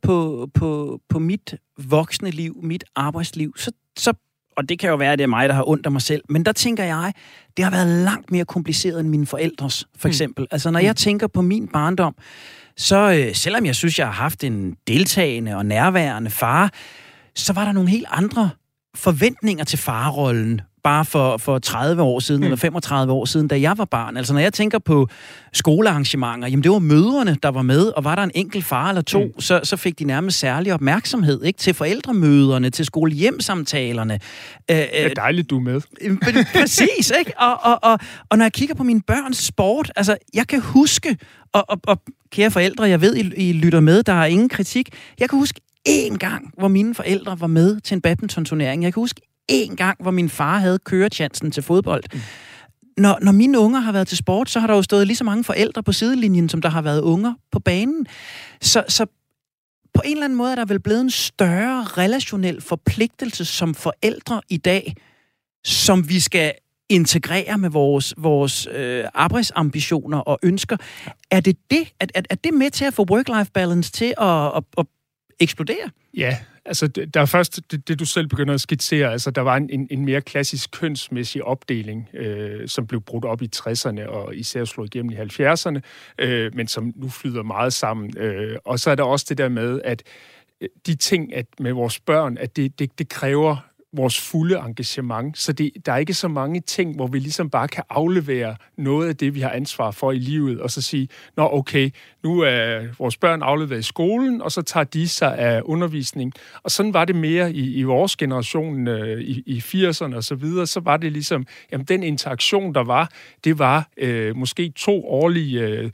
på mit voksne liv, mit arbejdsliv, så og det kan jo være, at det er mig, der har ondt af mig selv, men der tænker jeg, det har været langt mere kompliceret end mine forældres, for eksempel. Altså, når jeg tænker på min barndom, så selvom jeg synes, jeg har haft en deltagende og nærværende far, så var der nogle helt andre forventninger til farrollen, bare for 30 år siden, eller 35 år siden, da jeg var barn. Altså, når jeg tænker på skolearrangementer, jamen det var mødrene, der var med, og var der en enkelt far eller to, så fik de nærmest særlig opmærksomhed, ikke? Til forældremøderne, til skolehjemsamtalerne. Det er dejligt, du er med. Præcis, ikke? Og når jeg kigger på mine børns sport, altså, jeg kan huske, og kære forældre, jeg ved, I lytter med, der er ingen kritik, jeg kan huske én gang, hvor mine forældre var med til en badmintonturnering. Jeg kan huske én gang, hvor min far havde kørechancen til fodbold. Når mine unger har været til sport, så har der jo stået lige så mange forældre på sidelinjen, som der har været unger på banen. Så på en eller anden måde er der vel blevet en større relationel forpligtelse som forældre i dag, som vi skal integrere med vores arbejdsambitioner og ønsker. Er det med til at få work-life balance til at eksplodere? Ja, altså der er først det du selv begynder at skitsere, altså der var en mere klassisk kønsmæssig opdeling, som blev brudt op i 60'erne og især slået igennem i 70'erne, men som nu flyder meget sammen. Og så er der også det der med, at de ting at med vores børn, at det kræver vores fulde engagement, så der er ikke så mange ting, hvor vi ligesom bare kan aflevere noget af det, vi har ansvar for i livet, og så sige, okay, nu er vores børn afleveret i skolen, og så tager de sig af undervisning. Og sådan var det mere i vores generation i 80'erne og så videre, så var det ligesom, jamen den interaktion, der var, det var måske 2 årlige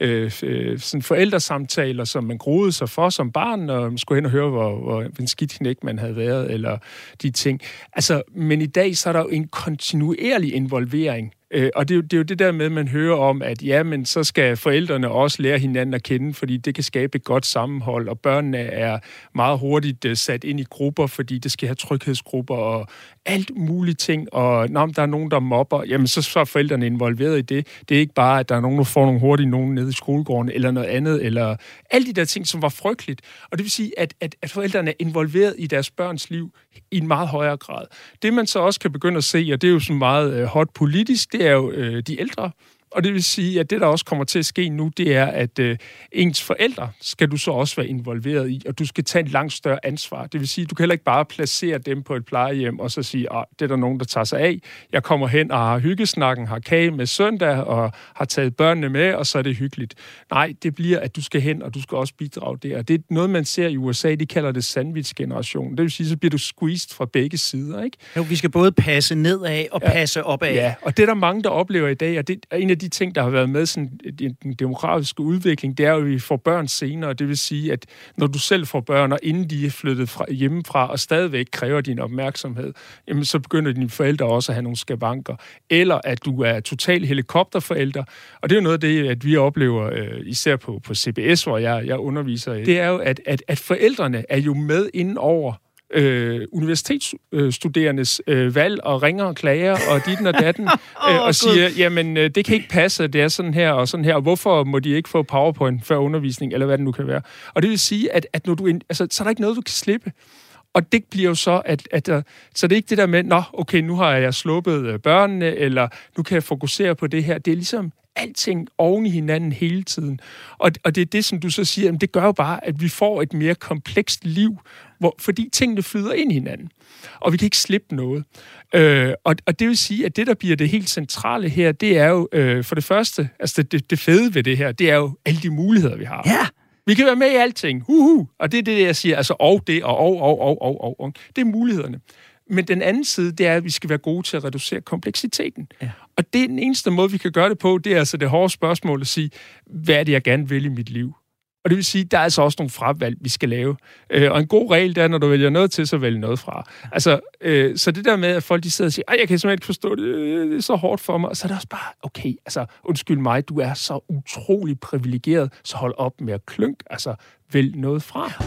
sådan forældresamtaler, som man groede sig for som barn, og man skulle hen og høre, hvor en skidt knæk man havde været, eller de ting. Altså, men i dag, så er der jo en kontinuerlig involvering. Og det er jo det der med, at man hører om, at ja, men så skal forældrene også lære hinanden at kende, fordi det kan skabe et godt sammenhold, og børnene er meget hurtigt sat ind i grupper, fordi det skal have tryghedsgrupper og alt mulige ting, og når der er nogen, der mobber, jamen så er forældrene involveret i det. Det er ikke bare, at der er nogen, der får nogle hurtige nogen nede i skolegården, eller noget andet, eller alle de der ting, som var frygteligt. Og det vil sige, at forældrene er involveret i deres børns liv i en meget højere grad. Det man så også kan begynde at se, og det er jo sådan meget hot politisk, det er jo de ældre. Og det vil sige, at det, der også kommer til at ske nu, det er, at ens forældre skal du så også være involveret i, og du skal tage en langt større ansvar. Det vil sige, du kan heller ikke bare placere dem på et plejehjem, og så sige, det er der nogen, der tager sig af. Jeg kommer hen og har hyggesnakken, har kage med søndag, og har taget børnene med, og så er det hyggeligt. Nej, det bliver, at du skal hen, og du skal også bidrage der. Det er noget, man ser i USA, de kalder det sandwich-generation. Det vil sige, så bliver du squeezed fra begge sider, ikke? Jo, vi skal både passe nedad og passe opad. Ja, og det er der mange, der oplever i dag, og det er en af de ting, der har været med sådan den demografiske udvikling, det er jo, at vi får børn senere. Det vil sige, at når du selv får børn, og inden de er flyttet hjemmefra, og stadigvæk kræver din opmærksomhed, jamen så begynder dine forældre også at have nogle skavanker. Eller at du er total helikopterforælder. Og det er jo noget af det, at vi oplever, især på CBS, hvor jeg underviser. Det er jo, at forældrene er jo med inden over universitetsstuderendes valg og ringer og klager og dit og datten og siger, jamen det kan ikke passe, det er sådan her og sådan her, og hvorfor må de ikke få PowerPoint før undervisning, eller hvad det nu kan være. Og det vil sige, at når du så er der ikke noget, du kan slippe. Og det bliver jo så, så det er ikke det der med, okay, nu har jeg sluppet børnene, eller nu kan jeg fokusere på det her. Det er ligesom alting oven i hinanden hele tiden. Og det er det, som du så siger, det gør jo bare, at vi får et mere komplekst liv, fordi tingene flyder ind i hinanden. Og vi kan ikke slippe noget. Og det vil sige, at det, der bliver det helt centrale her, det er jo for det første, altså det fede ved det her, det er jo alle de muligheder, vi har. Ja! Vi kan være med i alting. Og det er det, jeg siger, altså og det, og. Det er mulighederne. Men den anden side, det er, at vi skal være gode til at reducere kompleksiteten. Ja. Og det er den eneste måde, vi kan gøre det på, det er altså det hårde spørgsmål at sige, hvad er det, jeg gerne vil i mit liv? Og det vil sige, der er altså også nogle fravalg, vi skal lave. Og en god regel, det er, når du vælger noget til, så vælg noget fra. Altså, så det der med, at folk de sidder og siger, jeg kan simpelthen ikke forstå det, det er så hårdt for mig. Og så er det også bare, okay, altså, undskyld mig, du er så utrolig privilegeret, så hold op med at klynk, altså, vælg noget fra.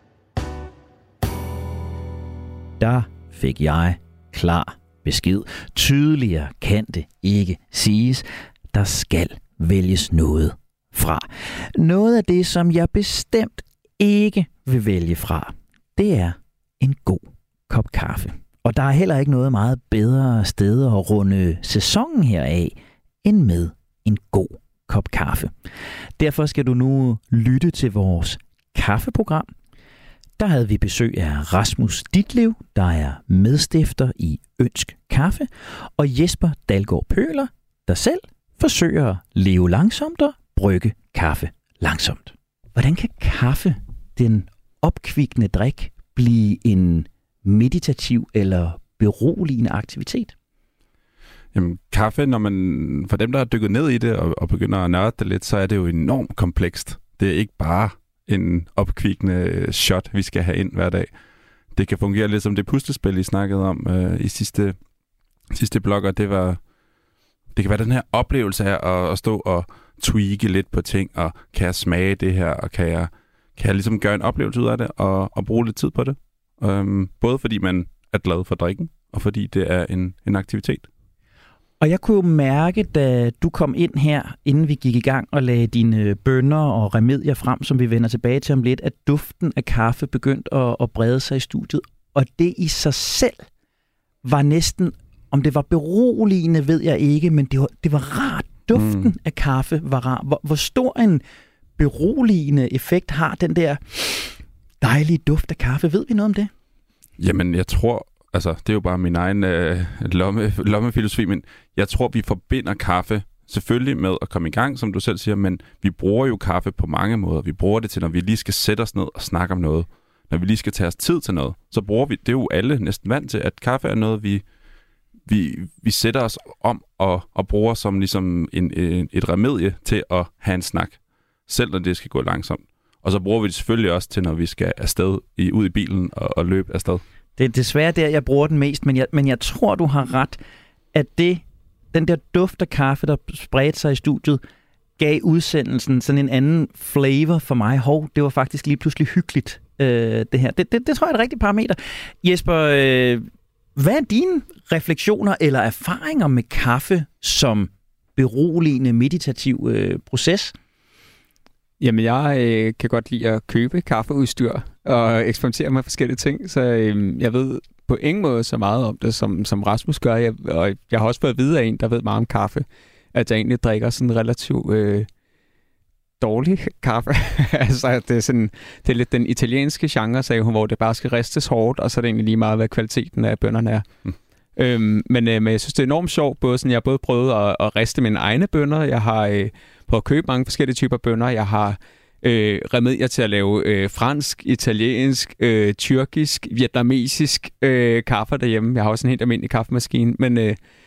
Der fik jeg klar besked. Tydeligere kan det ikke siges. Der skal vælges noget fra. Noget af det, som jeg bestemt ikke vil vælge fra, det er en god kop kaffe. Og der er heller ikke noget meget bedre sted at runde sæsonen her af, end med en god kop kaffe. Derfor skal du nu lytte til vores kaffeprogram. Der havde vi besøg af Rasmus Ditlev, der er medstifter i Ønsk Kaffe, og Jesper Dalgaard Pøler, der selv forsøger at leve langsomt og brygge kaffe langsomt. Hvordan kan kaffe, den opkvikkende drik, blive en meditativ eller beroligende aktivitet? Jamen, kaffe, når man, for dem, der har dykket ned i det og begynder at nørde det lidt, så er det jo enormt komplekst. Det er ikke bare en opkvikkende shot, vi skal have ind hver dag. Det kan fungere lidt som det puslespil, I snakkede om i sidste blog, og det kan være den her oplevelse af at stå og tweake lidt på ting, og kan jeg smage det her, og kan jeg ligesom gøre en oplevelse ud af det, og bruge lidt tid på det. Både fordi man er glad for drikken, og fordi det er en aktivitet. Og jeg kunne jo mærke, da du kom ind her, inden vi gik i gang og lagde dine bønner og remedier frem, som vi vender tilbage til om lidt, at duften af kaffe begyndte at brede sig i studiet. Og det i sig selv var næsten, om det var beroligende, ved jeg ikke, men det var rart. Duften af kaffe var rar. Hvor stor en beroligende effekt har den der dejlige duft af kaffe? Ved vi noget om det? Jamen, jeg tror, altså, det er jo bare min egen lommefilosofi, men jeg tror, vi forbinder kaffe selvfølgelig med at komme i gang, som du selv siger, men vi bruger jo kaffe på mange måder. Vi bruger det til, når vi lige skal sætte os ned og snakke om noget. Når vi lige skal tage os tid til noget, så bruger vi, det er jo alle næsten vant til, at kaffe er noget, vi sætter os om og bruger som ligesom et remedie til at have en snak, selv når det skal gå langsomt. Og så bruger vi det selvfølgelig også til, når vi skal afsted ud i bilen og løbe afsted. Det er desværre der, jeg bruger den mest, men jeg tror, du har ret, at den der duft af kaffe, der spredte sig i studiet, gav udsendelsen sådan en anden flavor for mig. Det var faktisk lige pludselig hyggeligt, det her. Det tror jeg er et rigtigt parameter. Jesper, hvad er dine refleksioner eller erfaringer med kaffe som beroligende meditativ proces? Jamen, jeg kan godt lide at købe kaffeudstyr og eksperimentere med forskellige ting, så jeg ved på ingen måde så meget om det, som Rasmus gør. Og jeg har også fået at vide af en, der ved meget om kaffe, at jeg egentlig drikker sådan relativt dårlig kaffe. Altså, det er lidt den italienske genre, sagde hun, hvor det bare skal ristes hårdt, og så er det egentlig lige meget, hvad kvaliteten af bønnerne er. Men jeg synes, det er enormt sjovt. Jeg har både prøvet at riste mine egne bønner. Jeg har prøvet at købe mange forskellige typer bønner. Jeg har remedier til at lave fransk, italiensk, tyrkisk, vietnamesisk kaffe derhjemme. Jeg har også en helt almindelig kaffemaskine. Men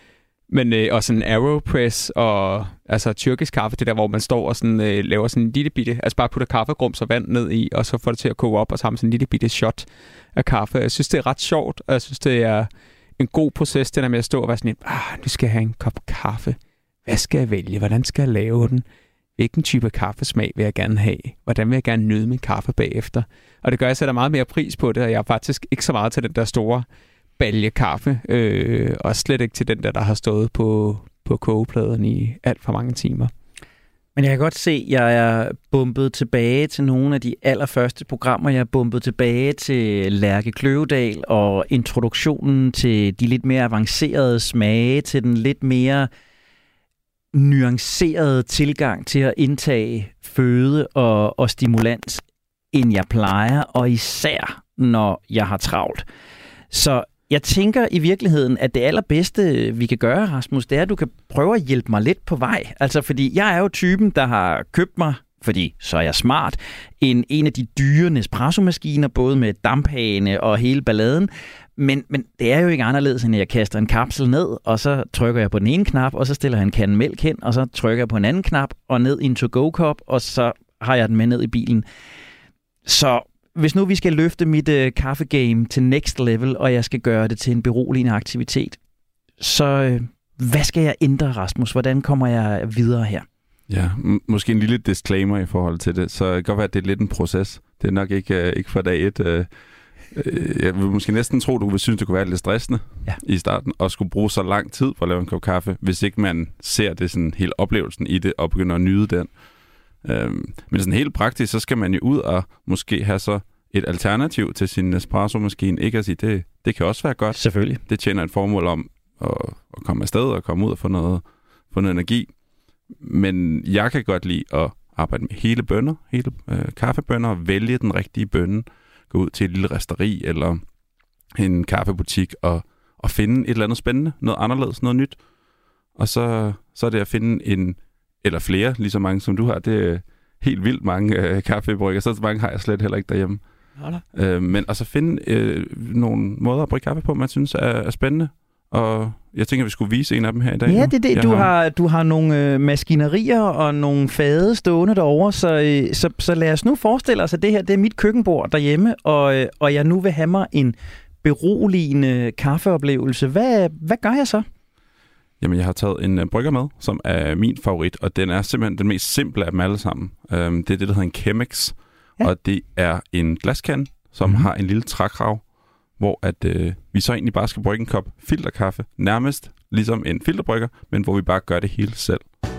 Men og sådan AeroPress og altså tyrkisk kaffe, det der, hvor man står og sådan, laver sådan en lille bitte, altså bare putter kaffegrums og vand ned i, og så får det til at koge op, og så har man sådan en lille bitte shot af kaffe. Jeg synes, det er ret sjovt, og jeg synes, det er en god proces, det der med at stå og være sådan, nu skal jeg have en kop kaffe. Hvad skal jeg vælge? Hvordan skal jeg lave den? Hvilken type kaffesmag vil jeg gerne have? Hvordan vil jeg gerne nyde min kaffe bagefter? Og det gør, at jeg sætter meget mere pris på det, og jeg er faktisk ikke så meget til den der store balje kaffe, og slet ikke til den der har stået på kogepladen i alt for mange timer. Men jeg kan godt se, at jeg er bumpet tilbage til nogle af de allerførste programmer. Jeg er bumpet tilbage til Lærke Kløvedal og introduktionen til de lidt mere avancerede smage, til den lidt mere nuancerede tilgang til at indtage føde og stimulans, end jeg plejer, og især når jeg har travlt. Så jeg tænker i virkeligheden, at det allerbedste, vi kan gøre, Rasmus, det er, at du kan prøve at hjælpe mig lidt på vej. Altså, fordi jeg er jo typen, der har købt mig, fordi så er jeg smart, en af de dyre Nespresso-maskiner, både med damphane og hele balladen. Men det er jo ikke anderledes, end at jeg kaster en kapsel ned, og så trykker jeg på den ene knap, og så stiller jeg en kande mælk hen, og så trykker jeg på en anden knap, og ned i en to-go-kop, og så har jeg den med ned i bilen. Så hvis nu vi skal løfte mit kaffegame til next level, og jeg skal gøre det til en beroligende aktivitet, så hvad skal jeg ændre, Rasmus? Hvordan kommer jeg videre her? Ja, måske en lille disclaimer i forhold til det. Så det kan godt være, at det er lidt en proces. Det er nok ikke fra dag et. Jeg vil måske næsten tro, du vil synes, det kunne være lidt stressende i starten, og skulle bruge så lang tid på at lave en kop kaffe, hvis ikke man ser det sådan hele oplevelsen i det, og begynder at nyde den. Men sådan helt praktisk, så skal man jo ud og måske have så et alternativ til sin Nespresso-maskine. Ikke at sige, det kan også være godt. Selvfølgelig. Det tjener et formål om at komme afsted og komme ud og få noget energi. Men jeg kan godt lide at arbejde med hele bønner, hele kaffebønner, og vælge den rigtige bønne. Gå ud til et lille resteri eller en kaffebutik og finde et eller andet spændende, noget anderledes, noget nyt. Og så er det at finde en eller flere, lige så mange som du har. Det er helt vildt mange kaffebrygger. Så mange har jeg slet heller ikke derhjemme. Men og så finde nogle måder at brygge kaffe på, man synes er spændende. Og jeg tænker, vi skulle vise en af dem her i dag. Ja, det er det. Du har nogle maskinerier og nogle fade stående derovre, så lad os nu forestille os, at det her det er mit køkkenbord derhjemme, og jeg nu vil have mig en beroligende kaffeoplevelse. Hvad gør jeg så? Jamen, jeg har taget en brygger med, som er min favorit, og den er simpelthen den mest simple af dem alle sammen. Det er det, der hedder en Chemex, og det er en glaskande, som har en lille trækrav, hvor at vi så egentlig bare skal brygge en kop filterkaffe, nærmest ligesom en filterbrygger, men hvor vi bare gør det hele selv.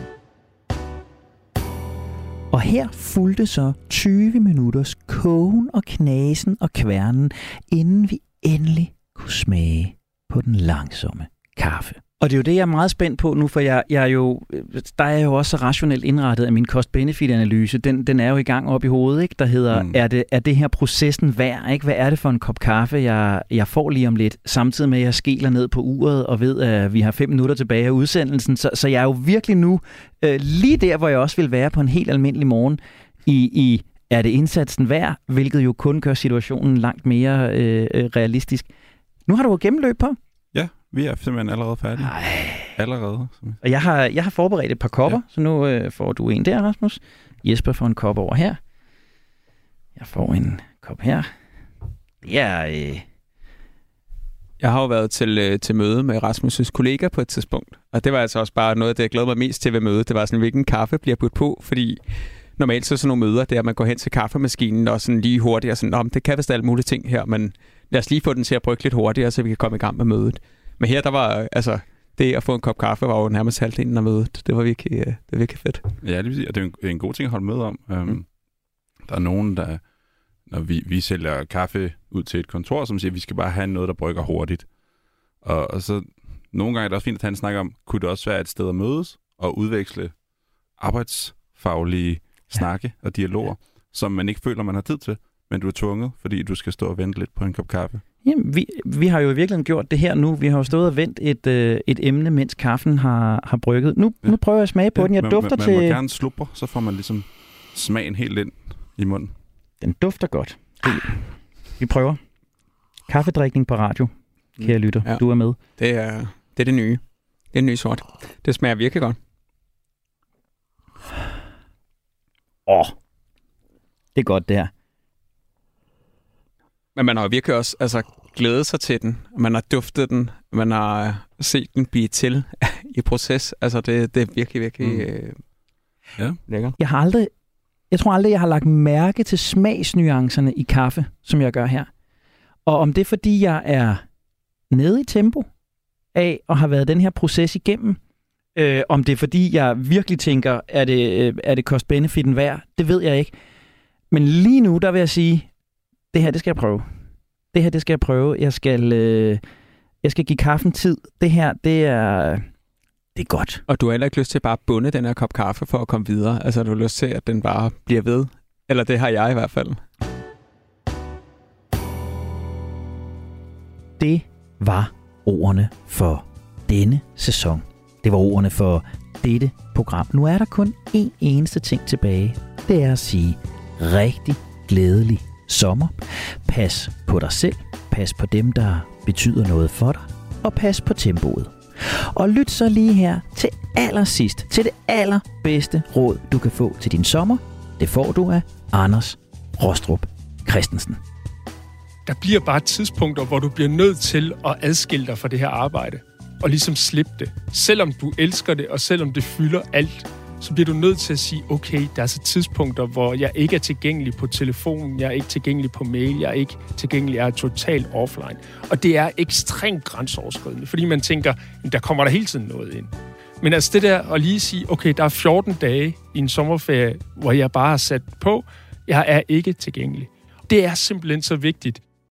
Og her fulgte så 20 minutters kogen og knasen og kværnen, inden vi endelig kunne smage på den langsomme kaffe. Og det er jo det, jeg er meget spændt på nu, for der er jo også så rationelt indrettet, at min cost-benefit-analyse, den er jo i gang op i hovedet, ikke? Der hedder, er det her processen værd, ikke? Hvad er det for en kop kaffe, jeg får lige om lidt, samtidig med, at jeg skeler ned på uret og ved, at vi har 5 minutter tilbage af udsendelsen. Så jeg er jo virkelig nu lige der, hvor jeg også vil være på en helt almindelig morgen i er det indsatsen værd, hvilket jo kun gør situationen langt mere realistisk. Nu har du jo gennemløb på. Ja, vi er simpelthen allerede færdige. Allerede. Og jeg har forberedt et par kopper, så nu får du en der, Rasmus. Jesper får en kop over her. Jeg får en kop her. Det er... Jeg har jo været til møde med Rasmus' kollega på et tidspunkt, og det var altså også bare noget af det, jeg glæder mig mest til ved mødet. Det var sådan, hvilken kaffe bliver budt på, fordi normalt så er sådan nogle møder, der man går hen til kaffemaskinen og sådan lige hurtigt og sådan, det kan vist alle mulige ting her, men lad os lige få den til at brygge lidt hurtigere, så vi kan komme i gang med mødet. Men her, der var, altså, det at få en kop kaffe var jo nærmest halvdelen af mødet. Det var virkelig fedt. Ja, det er en god ting at holde møde om. Der er nogen, der, når vi sælger kaffe ud til et kontor, som siger, at vi skal bare have noget, der brygger hurtigt. Og så nogle gange er det også fint at tage en snak om, kunne det også være et sted at mødes og udveksle arbejdsfaglige snakke og dialoger, som man ikke føler, man har tid til, men du er tvunget, fordi du skal stå og vente lidt på en kop kaffe. Jamen, vi har jo i virkeligheden gjort det her nu. Vi har jo stået og vendt et emne, mens kaffen har brygget. Nu prøver jeg at smage på den. Jeg dufter til... Man må gerne slubre, så får man ligesom smagen helt ind i munden. Den dufter godt. Vi prøver. Kaffedrikning på radio, kære lytter. Ja. Du er med. Det er det nye. Det er en ny sort. Det smager virkelig godt. Det er godt, det her. Men man har jo virkelig også glædet sig til den. Man har duftet den. Man har set den blive til i proces. Altså, det er virkelig, virkelig lækker. Jeg tror aldrig, jeg har lagt mærke til smagsnuancerne i kaffe, som jeg gør her. Og om det er, fordi jeg er nede i tempo af og har været den her proces igennem, om det er, fordi jeg virkelig tænker, er det cost-benefiten værd, det ved jeg ikke. Men lige nu, der vil jeg sige, det her, det skal jeg prøve. Jeg skal give kaffen tid. Det her, det er godt. Og du har heller ikke lyst til bare at bunde den her kop kaffe for at komme videre? Altså, du har lyst til, at den bare bliver ved? Eller det har jeg i hvert fald. Det var ordene for denne sæson. Det var ordene for dette program. Nu er der kun én eneste ting tilbage. Det er at sige rigtig glædelig sommer. Pas på dig selv. Pas på dem, der betyder noget for dig. Og pas på tempoet. Og lyt så lige her til allersidst, til det allerbedste råd, du kan få til din sommer. Det får du af Anders Rostrup Christensen. Der bliver bare tidspunkter, hvor du bliver nødt til at adskille dig fra det her arbejde. Og ligesom slippe det. Selvom du elsker det, og selvom det fylder alt, så bliver du nødt til at sige, okay, der er altså tidspunkter, hvor jeg ikke er tilgængelig på telefonen, jeg er ikke tilgængelig på mail, jeg er ikke tilgængelig, jeg er totalt offline. Og det er ekstremt grænseoverskridende, fordi man tænker, der kommer der hele tiden noget ind. Men altså det der at lige sige, okay, der er 14 dage i en sommerferie, hvor jeg bare har sat på, jeg er ikke tilgængelig. Det er simpelthen så vigtigt.